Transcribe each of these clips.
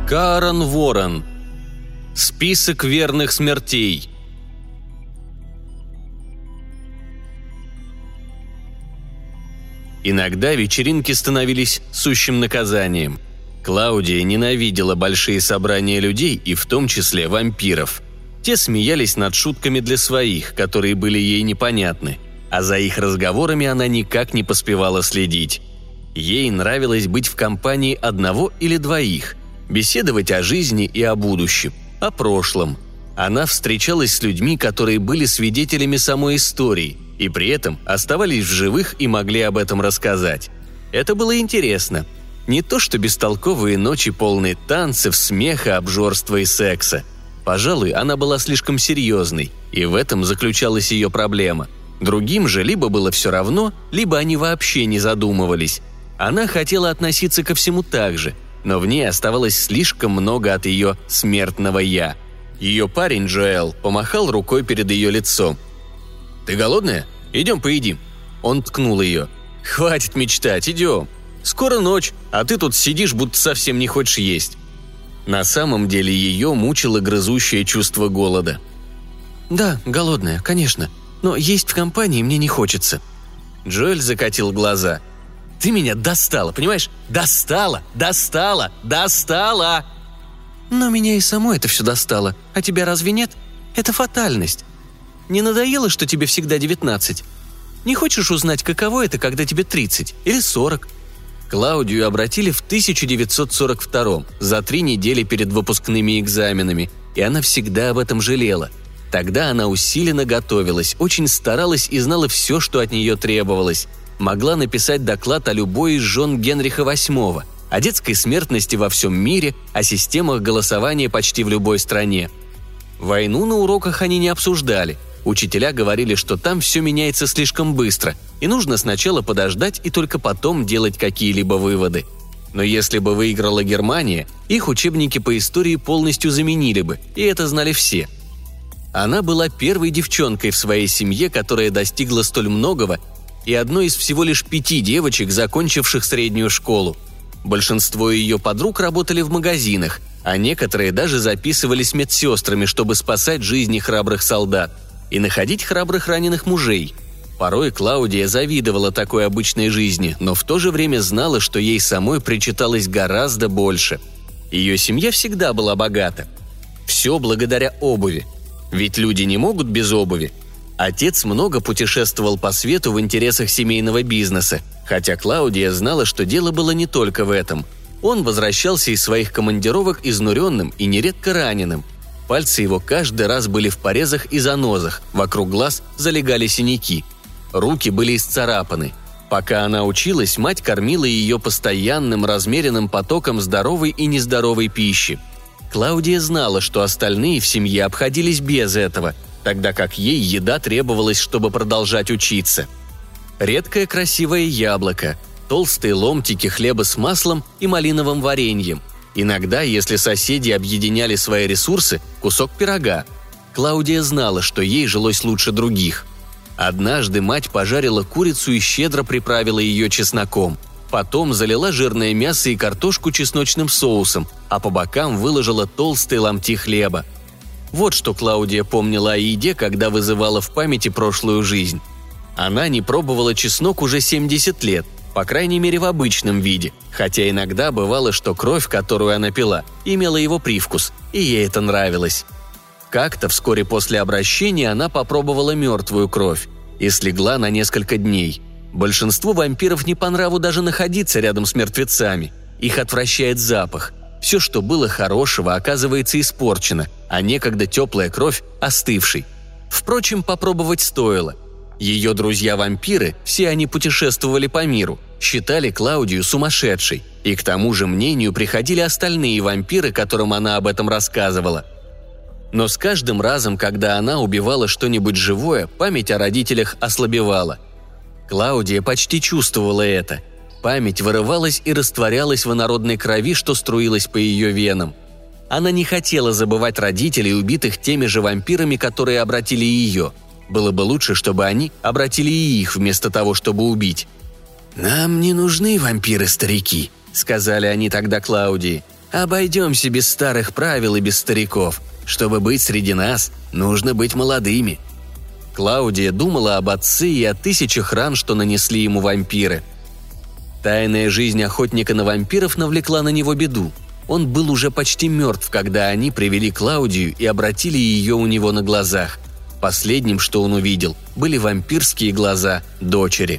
Каарон Ворон. Список верных смертей. Иногда вечеринки становились сущим наказанием. Клаудия ненавидела большие собрания людей и в том числе вампиров. Те смеялись над шутками для своих, которые были ей непонятны, а за их разговорами она никак не поспевала следить. Ей нравилось быть в компании одного или двоих, беседовать о жизни и о будущем, о прошлом. Она встречалась с людьми, которые были свидетелями самой истории и при этом оставались в живых и могли об этом рассказать. Это было интересно. Не то что бестолковые ночи, полные танцев, смеха, обжорства и секса. Пожалуй, она была слишком серьезной, и в этом заключалась ее проблема. Другим же либо было все равно, либо они вообще не задумывались. Она хотела относиться ко всему так же, но в ней оставалось слишком много от ее смертного «я». Ее парень Джоэл помахал рукой перед ее лицом. «Ты голодная? Идем поедим». Он ткнул ее. «Хватит мечтать, идем. Скоро ночь, а ты тут сидишь, будто совсем не хочешь есть». На самом деле ее мучило грызущее чувство голода. «Да, голодная, конечно, но есть в компании мне не хочется». Джоэль закатил глаза. «Ты меня достала, понимаешь? Достала! «Но меня и само это все достало. А тебя разве нет? Это фатальность. Не надоело, что тебе всегда 19? Не хочешь узнать, каково это, когда тебе 30 или 40?» Клаудию обратили в 1942-м, за 3 недели перед выпускными экзаменами, и она всегда об этом жалела. Тогда она усиленно готовилась, очень старалась и знала все, что от нее требовалось. Могла написать доклад о любой из жен Генриха VIII, о детской смертности во всем мире, о системах голосования почти в любой стране. Войну на уроках они не обсуждали. Учителя говорили, что там все меняется слишком быстро, и нужно сначала подождать и только потом делать какие-либо выводы. Но если бы выиграла Германия, их учебники по истории полностью заменили бы, и это знали все. Она была первой девчонкой в своей семье, которая достигла столь многого, и одной из всего лишь 5 девочек, закончивших среднюю школу. Большинство ее подруг работали в магазинах, а некоторые даже записывались медсестрами, чтобы спасать жизни храбрых солдат и находить храбрых раненых мужей. Порой Клаудия завидовала такой обычной жизни, но в то же время знала, что ей самой причиталось гораздо больше. Ее семья всегда была богата. Все благодаря обуви. Ведь люди не могут без обуви. Отец много путешествовал по свету в интересах семейного бизнеса, хотя Клаудия знала, что дело было не только в этом. Он возвращался из своих командировок изнуренным и нередко раненым. Пальцы его каждый раз были в порезах и занозах, вокруг глаз залегали синяки. Руки были исцарапаны. Пока она училась, мать кормила ее постоянным размеренным потоком здоровой и нездоровой пищи. Клаудия знала, что остальные в семье обходились без этого, тогда как ей еда требовалась, чтобы продолжать учиться. Редкое красивое яблоко, толстые ломтики хлеба с маслом и малиновым вареньем. Иногда, если соседи объединяли свои ресурсы, кусок пирога. Клаудия знала, что ей жилось лучше других. Однажды мать пожарила курицу и щедро приправила ее чесноком. Потом залила жирное мясо и картошку чесночным соусом, а по бокам выложила толстые ломти хлеба. Вот что Клаудия помнила о еде, когда вызывала в памяти прошлую жизнь. Она не пробовала чеснок уже 70 лет, по крайней мере в обычном виде, хотя иногда бывало, что кровь, которую она пила, имела его привкус, и ей это нравилось. Как-то вскоре после обращения она попробовала мертвую кровь и слегла на несколько дней. Большинству вампиров не по нраву даже находиться рядом с мертвецами. Их отвращает запах. Все, что было хорошего, оказывается испорчено, а некогда теплая кровь – остывшей. Впрочем, попробовать стоило. Ее друзья-вампиры, все они путешествовали по миру, считали Клаудию сумасшедшей, и к тому же мнению приходили остальные вампиры, которым она об этом рассказывала. Но с каждым разом, когда она убивала что-нибудь живое, память о родителях ослабевала. Клаудия почти чувствовала это. Память вырывалась и растворялась в инородной крови, что струилась по ее венам. Она не хотела забывать родителей, убитых теми же вампирами, которые обратили ее. Было бы лучше, чтобы они обратили и их, вместо того, чтобы убить. «Нам не нужны вампиры-старики», — сказали они тогда Клаудии. Обойдемся без старых правил и без стариков. Чтобы быть среди нас, нужно быть молодыми». Клаудия думала об отце и о тысячах ран, что нанесли ему вампиры. Тайная жизнь охотника на вампиров навлекла на него беду. Он был уже почти мертв, когда они привели Клаудию и обратили ее у него на глазах. Последним, что он увидел, были вампирские глаза дочери.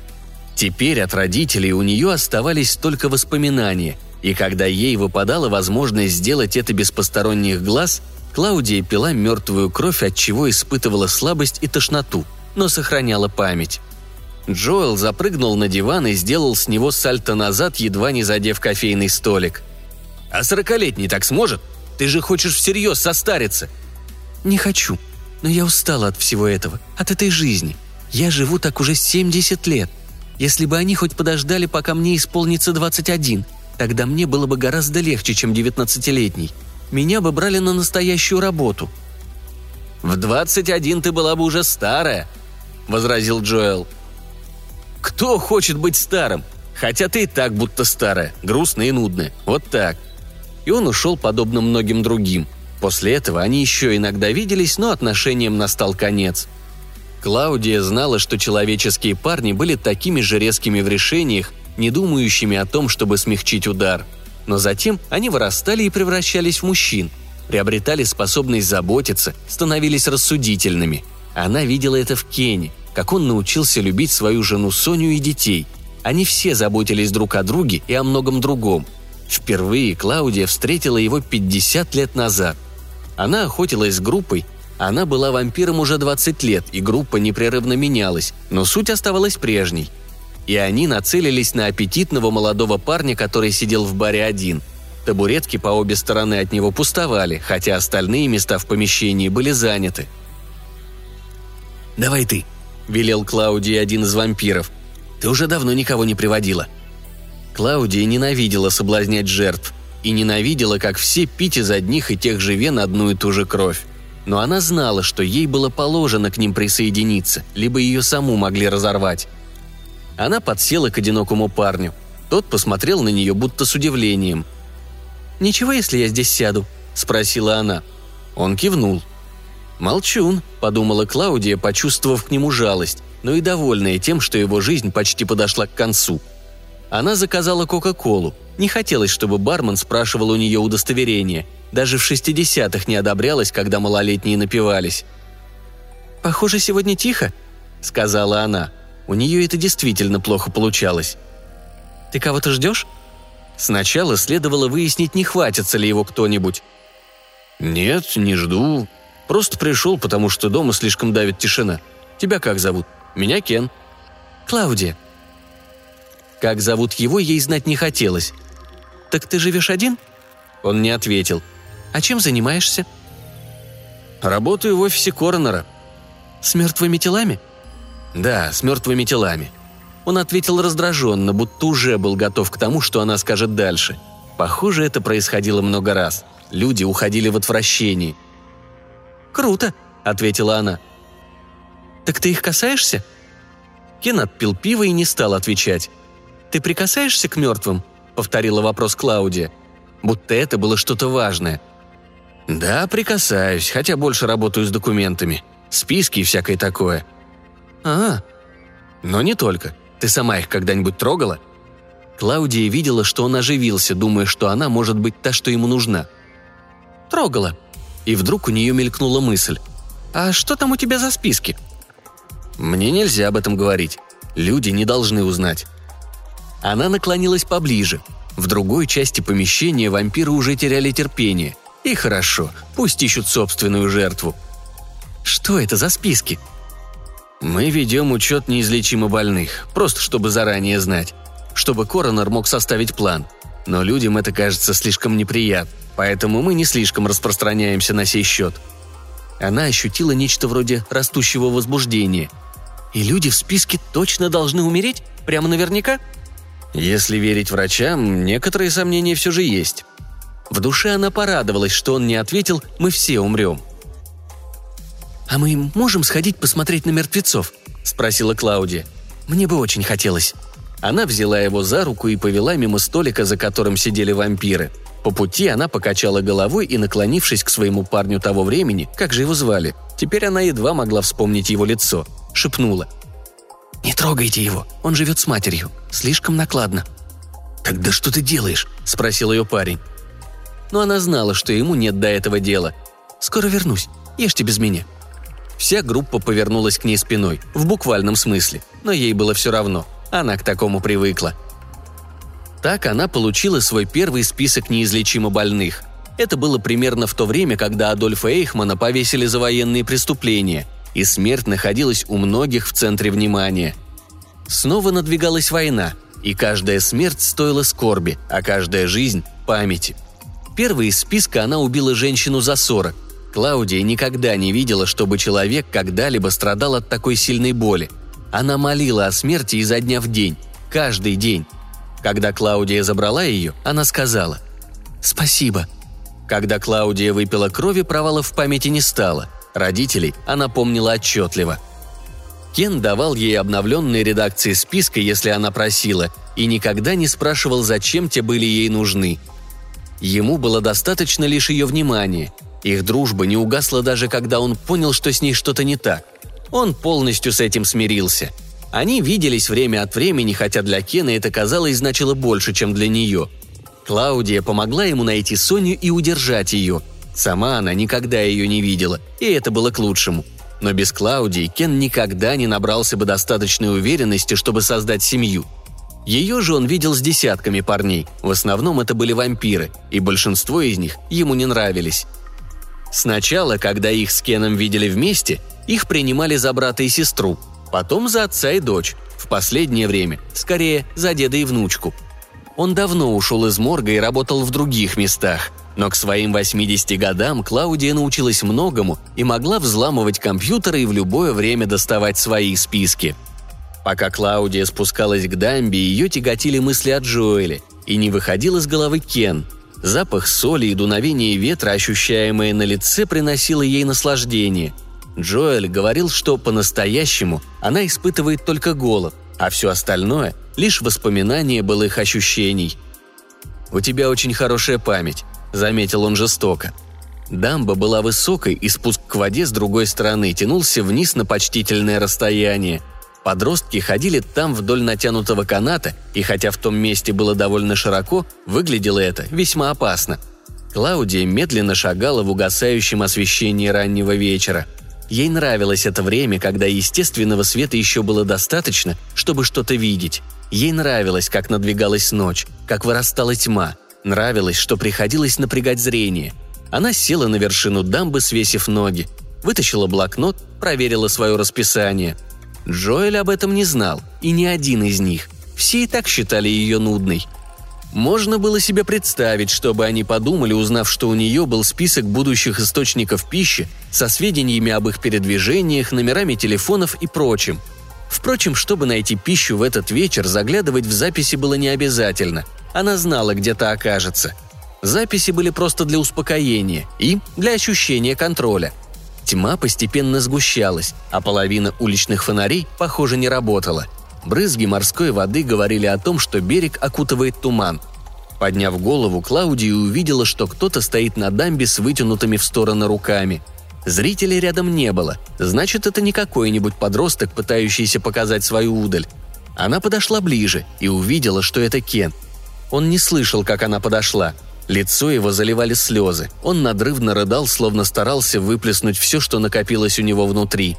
Теперь от родителей у нее оставались только воспоминания, и когда ей выпадала возможность сделать это без посторонних глаз, Клаудия пила мертвую кровь, отчего испытывала слабость и тошноту, но сохраняла память. Джоэл запрыгнул на диван и сделал с него сальто назад, едва не задев кофейный столик. «А 40-летний так сможет? Ты же хочешь всерьез состариться!» «Не хочу. Но я устала от всего этого, от этой жизни. Я живу так уже 70 лет. Если бы они хоть подождали, пока мне исполнится 21, тогда мне было бы гораздо легче, чем 19-летний. Меня бы брали на настоящую работу». «В 21 ты была бы уже старая», — возразил Джоэл. «Кто хочет быть старым? Хотя ты и так будто старая, грустная и нудная. Вот так». И он ушел, подобно многим другим. После этого они еще иногда виделись, но отношениям настал конец. Клаудия знала, что человеческие парни были такими же резкими в решениях, не думающими о том, чтобы смягчить удар. Но затем они вырастали и превращались в мужчин, приобретали способность заботиться, становились рассудительными. Она видела это в Кене, как он научился любить свою жену Соню и детей. Они все заботились друг о друге и о многом другом. Впервые Клаудия встретила его 50 лет назад. Она охотилась с группой, она была вампиром уже 20 лет, и группа непрерывно менялась, но суть оставалась прежней. И они нацелились на аппетитного молодого парня, который сидел в баре один. Табуретки по обе стороны от него пустовали, хотя остальные места в помещении были заняты. «Давай ты», — велел Клаудии один из вампиров. «Ты уже давно никого не приводила». Клаудия ненавидела соблазнять жертв и ненавидела, как все, пить из одних и тех же вен одну и ту же кровь. Но она знала, что ей было положено к ним присоединиться, либо ее саму могли разорвать. Она подсела к одинокому парню. Тот посмотрел на нее будто с удивлением. «Ничего, если я здесь сяду?» – спросила она. Он кивнул. «Молчун», – подумала Клаудия, почувствовав к нему жалость, но и довольная тем, что его жизнь почти подошла к концу. Она заказала Кока-Колу. Не хотелось, чтобы бармен спрашивал у нее удостоверение. Даже в 60-х не одобрялось, когда малолетние напивались. «Похоже, сегодня тихо», — сказала она. У нее это действительно плохо получалось. «Ты кого-то ждешь?» Сначала следовало выяснить, не хватится ли его кто-нибудь. «Нет, не жду. Просто пришел, потому что дома слишком давит тишина. Тебя как зовут?» «Меня Кен». «Клаудия». Как зовут его, ей знать не хотелось. «Так ты живешь один?» Он не ответил. «А чем занимаешься?» «Работаю в офисе коронера». «С мертвыми телами?» «Да, с мертвыми телами». Он ответил раздраженно, будто уже был готов к тому, что она скажет дальше. Похоже, это происходило много раз. Люди уходили в отвращении. «Круто», — ответила она. «Так ты их касаешься?» Кен отпил пиво и не стал отвечать. «Ты прикасаешься к мертвым?» — повторила вопрос Клаудия. Будто это было что-то важное. «Да, прикасаюсь, хотя больше работаю с документами. Списки и всякое такое». «А, но не только. Ты сама их когда-нибудь трогала?» Клаудия видела, что он оживился, думая, что она может быть та, что ему нужна. «Трогала». И вдруг у нее мелькнула мысль. «А что там у тебя за списки?» «Мне нельзя об этом говорить. Люди не должны узнать». Она наклонилась поближе. В другой части помещения вампиры уже теряли терпение. И хорошо, пусть ищут собственную жертву. «Что это за списки?» «Мы ведем учет неизлечимо больных, просто чтобы заранее знать. Чтобы коронер мог составить план. Но людям это кажется слишком неприятно, поэтому мы не слишком распространяемся на сей счет». Она ощутила нечто вроде растущего возбуждения. «И люди в списке точно должны умереть? Прямо наверняка?» Если верить врачам, некоторые сомнения все же есть. В душе она порадовалась, что он не ответил «мы все умрем». «А мы можем сходить посмотреть на мертвецов?» – спросила Клаудия. «Мне бы очень хотелось». Она взяла его за руку и повела мимо столика, за которым сидели вампиры. По По пути она покачала головой и, наклонившись к своему парню того времени, как же его звали, теперь она едва могла вспомнить его лицо, шепнула: «Не трогайте его, он живет с матерью. Слишком накладно». «Тогда что ты делаешь?» – спросил ее парень. Но она знала, что ему нет до этого дела. «Скоро вернусь. Ешьте без меня». Вся группа повернулась к ней спиной, в буквальном смысле, но ей было все равно. Она к такому привыкла. Так она получила свой первый список неизлечимо больных. Это было примерно в то время, когда Адольфа Эйхмана повесили за военные преступления, и смерть находилась у многих в центре внимания. Снова надвигалась война, и каждая смерть стоила скорби, а каждая жизнь – памяти. Первой из списка она убила женщину за 40. Клаудия никогда не видела, чтобы человек когда-либо страдал от такой сильной боли. Она молила о смерти изо дня в день, каждый день. Когда Клаудия забрала ее, она сказала: «Спасибо». Когда Клаудия выпила крови, провалов в памяти не стало. Родителей она помнила отчетливо. Кен давал ей обновленные редакции списка, если она просила, и никогда не спрашивал, зачем те были ей нужны. Ему было достаточно лишь ее внимания. Их дружба не угасла даже когда он понял, что с ней что-то не так. Он полностью с этим смирился. Они виделись время от времени, хотя для Кена это, казалось, значило больше, чем для нее. Клаудия помогла ему найти Соню и удержать ее. Сама она никогда ее не видела, и это было к лучшему. Но без Клаудии Кен никогда не набрался бы достаточной уверенности, чтобы создать семью. Ее же он видел с десятками парней, в основном это были вампиры, и большинство из них ему не нравились. Сначала, когда их с Кеном видели вместе, их принимали за брата и сестру, потом за отца и дочь, в последнее время, скорее, за деда и внучку. Он давно ушел из морга и работал в других местах, но к своим 80 годам Клаудия научилась многому и могла взламывать компьютеры и в любое время доставать свои списки. Пока Клаудия спускалась к дамбе, ее тяготили мысли о Джоэле, и не выходил из головы Кен. Запах соли и дуновение ветра, ощущаемое на лице, приносило ей наслаждение. Джоэль говорил, что по-настоящему она испытывает только голод, а все остальное – лишь воспоминания былых ощущений. «У тебя очень хорошая память», – заметил он жестоко. Дамба была высокой, и спуск к воде с другой стороны тянулся вниз на почтительное расстояние. Подростки ходили там вдоль натянутого каната, и хотя в том месте было довольно широко, выглядело это весьма опасно. Клаудия медленно шагала в угасающем освещении раннего вечера. Ей нравилось это время, когда естественного света еще было достаточно, чтобы что-то видеть. Ей нравилось, как надвигалась ночь, как вырастала тьма. Нравилось, что приходилось напрягать зрение. Она села на вершину дамбы, свесив ноги. Вытащила блокнот, проверила свое расписание. Джоэль об этом не знал, и ни один из них. Все и так считали ее нудной. Можно было себе представить, что бы они подумали, узнав, что у нее был список будущих источников пищи со сведениями об их передвижениях, номерами телефонов и прочим. Впрочем, чтобы найти пищу в этот вечер, заглядывать в записи было не обязательно. Она знала, где-то окажется. Записи были просто для успокоения и для ощущения контроля. Тьма постепенно сгущалась, а половина уличных фонарей, похоже, не работала. Брызги морской воды говорили о том, что берег окутывает туман. Подняв голову, Клаудия увидела, что кто-то стоит на дамбе с вытянутыми в стороны руками. Зрителей рядом не было, значит, это не какой-нибудь подросток, пытающийся показать свою удаль. Она подошла ближе и увидела, что это Кен. Он не слышал, как она подошла. Лицо его заливали слезы. Он надрывно рыдал, словно старался выплеснуть все, что накопилось у него внутри.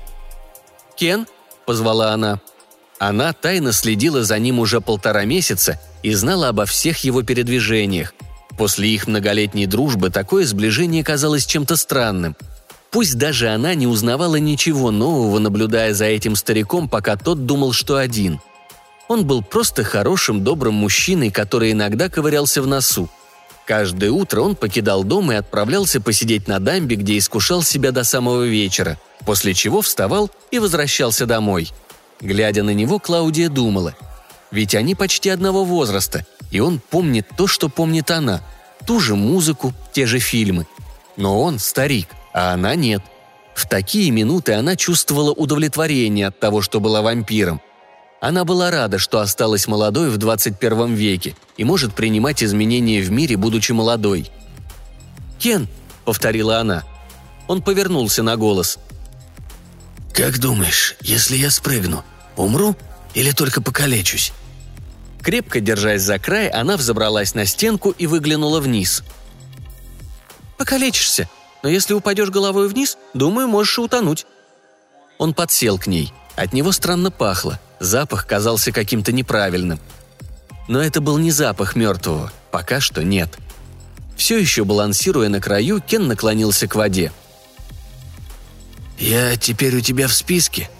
«Кен?» – позвала она. Она тайно следила за ним уже 1,5 месяца и знала обо всех его передвижениях. После их многолетней дружбы такое сближение казалось чем-то странным. Пусть даже она не узнавала ничего нового, наблюдая за этим стариком, пока тот думал, что один. Он был просто хорошим, добрым мужчиной, который иногда ковырялся в носу. Каждое утро он покидал дом и отправлялся посидеть на дамбе, где искушал себя до самого вечера, после чего вставал и возвращался домой. Глядя на него, Клаудия думала: ведь они почти одного возраста, и он помнит то, что помнит она, ту же музыку, те же фильмы. Но он старик, а она нет. В такие минуты она чувствовала удовлетворение от того, что была вампиром. Она была рада, что осталась молодой в 21 веке и может принимать изменения в мире, будучи молодой. «Кен», — повторила она. Он повернулся на голос. «Как думаешь, если я спрыгну, умру или только покалечусь?» Крепко держась за край, она взобралась на стенку и выглянула вниз. «Покалечишься, но если упадешь головой вниз, думаю, можешь и утонуть». Он подсел к ней. От него странно пахло. Запах казался каким-то неправильным. Но это был не запах мертвого. Пока что нет. Все еще балансируя на краю, Кен наклонился к воде. «Я теперь у тебя в списке?»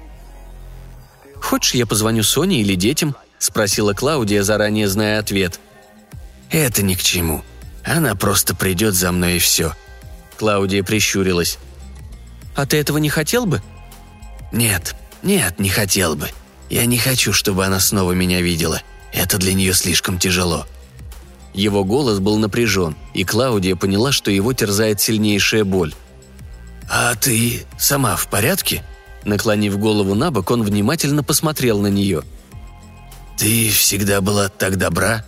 «Хочешь, я позвоню Соне или детям?» – спросила Клаудия, заранее зная ответ. «Это ни к чему. Она просто придет за мной и все». Клаудия прищурилась. «А ты этого не хотел бы?» «Нет, не хотел бы. Я не хочу, чтобы она снова меня видела. Это для нее слишком тяжело». Его голос был напряжен, и Клаудия поняла, что его терзает сильнейшая боль. «А ты сама в порядке?» Наклонив голову на бок, он внимательно посмотрел на нее. «Ты всегда была так добра?»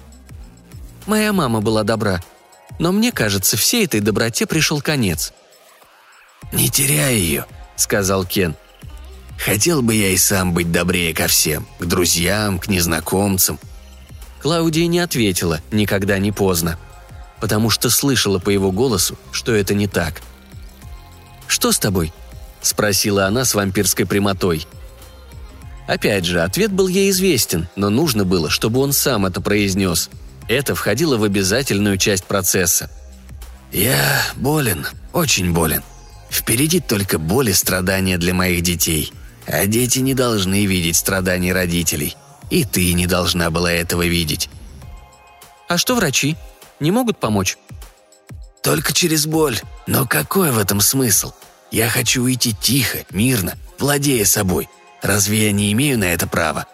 «Моя мама была добра. Но мне кажется, всей этой доброте пришел конец». «Не теряй ее», — сказал Кен. «Хотел бы я и сам быть добрее ко всем, к друзьям, к незнакомцам». Клаудия не ответила, никогда не поздно, потому что слышала по его голосу, что это не так. «Что с тобой?» – спросила она с вампирской прямотой. Опять же, ответ был ей известен, но нужно было, чтобы он сам это произнес. Это входило в обязательную часть процесса. «Я болен, очень болен. Впереди только боль и страдания для моих детей. А дети не должны видеть страданий родителей. И ты не должна была этого видеть». «А что врачи? Не могут помочь?» «Только через боль. Но какой в этом смысл? Я хочу уйти тихо, мирно, владея собой. Разве я не имею на это права?»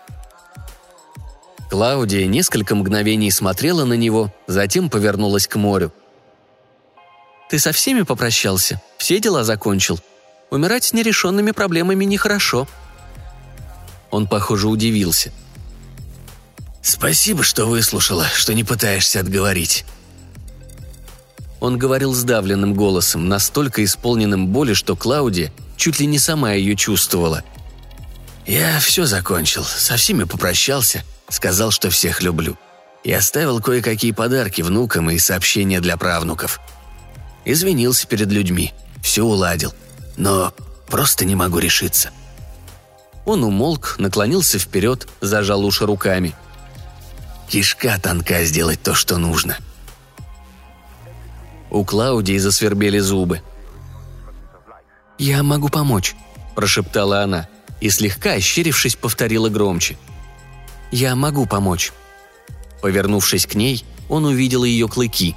Клаудия несколько мгновений смотрела на него, затем повернулась к морю. «Ты со всеми попрощался? Все дела закончил? Умирать с нерешенными проблемами нехорошо». Он, похоже, удивился. «Спасибо, что выслушала, что не пытаешься отговорить». Он говорил сдавленным голосом, настолько исполненным боли, что Клаудия чуть ли не сама ее чувствовала. «Я все закончил, со всеми попрощался, сказал, что всех люблю. И оставил кое-какие подарки внукам и сообщения для правнуков. Извинился перед людьми, все уладил, но просто не могу решиться». Он умолк, наклонился вперед, зажал уши руками. «Кишка тонка сделать то, что нужно». У Клаудии засвербели зубы. «Я могу помочь», – прошептала она, и, слегка ощерившись, повторила громче. «Я могу помочь». Повернувшись к ней, он увидел ее клыки.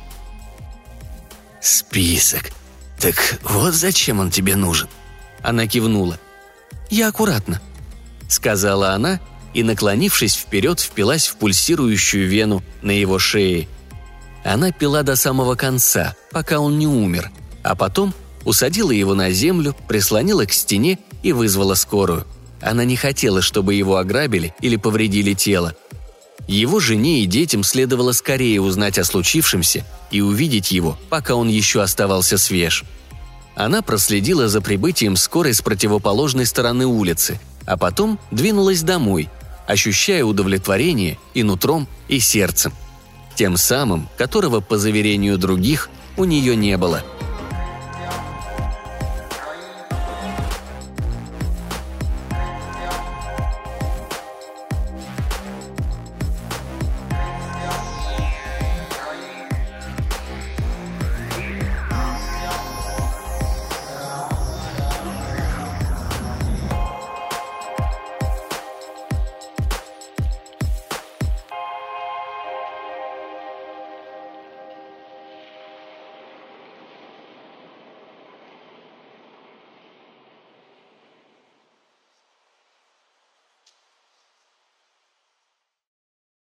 «Список. Так вот зачем он тебе нужен?» Она кивнула. «Я аккуратно», – сказала она, и, наклонившись вперед, впилась в пульсирующую вену на его шее. Она пила до самого конца, пока он не умер, а потом усадила его на землю, прислонила к стене и вызвала скорую. Она не хотела, чтобы его ограбили или повредили тело. Его жене и детям следовало скорее узнать о случившемся и увидеть его, пока он еще оставался свеж. Она проследила за прибытием скорой с противоположной стороны улицы, а потом двинулась домой, ощущая удовлетворение и нутром, и сердцем. Тем самым, которого, по заверению других, у нее не было –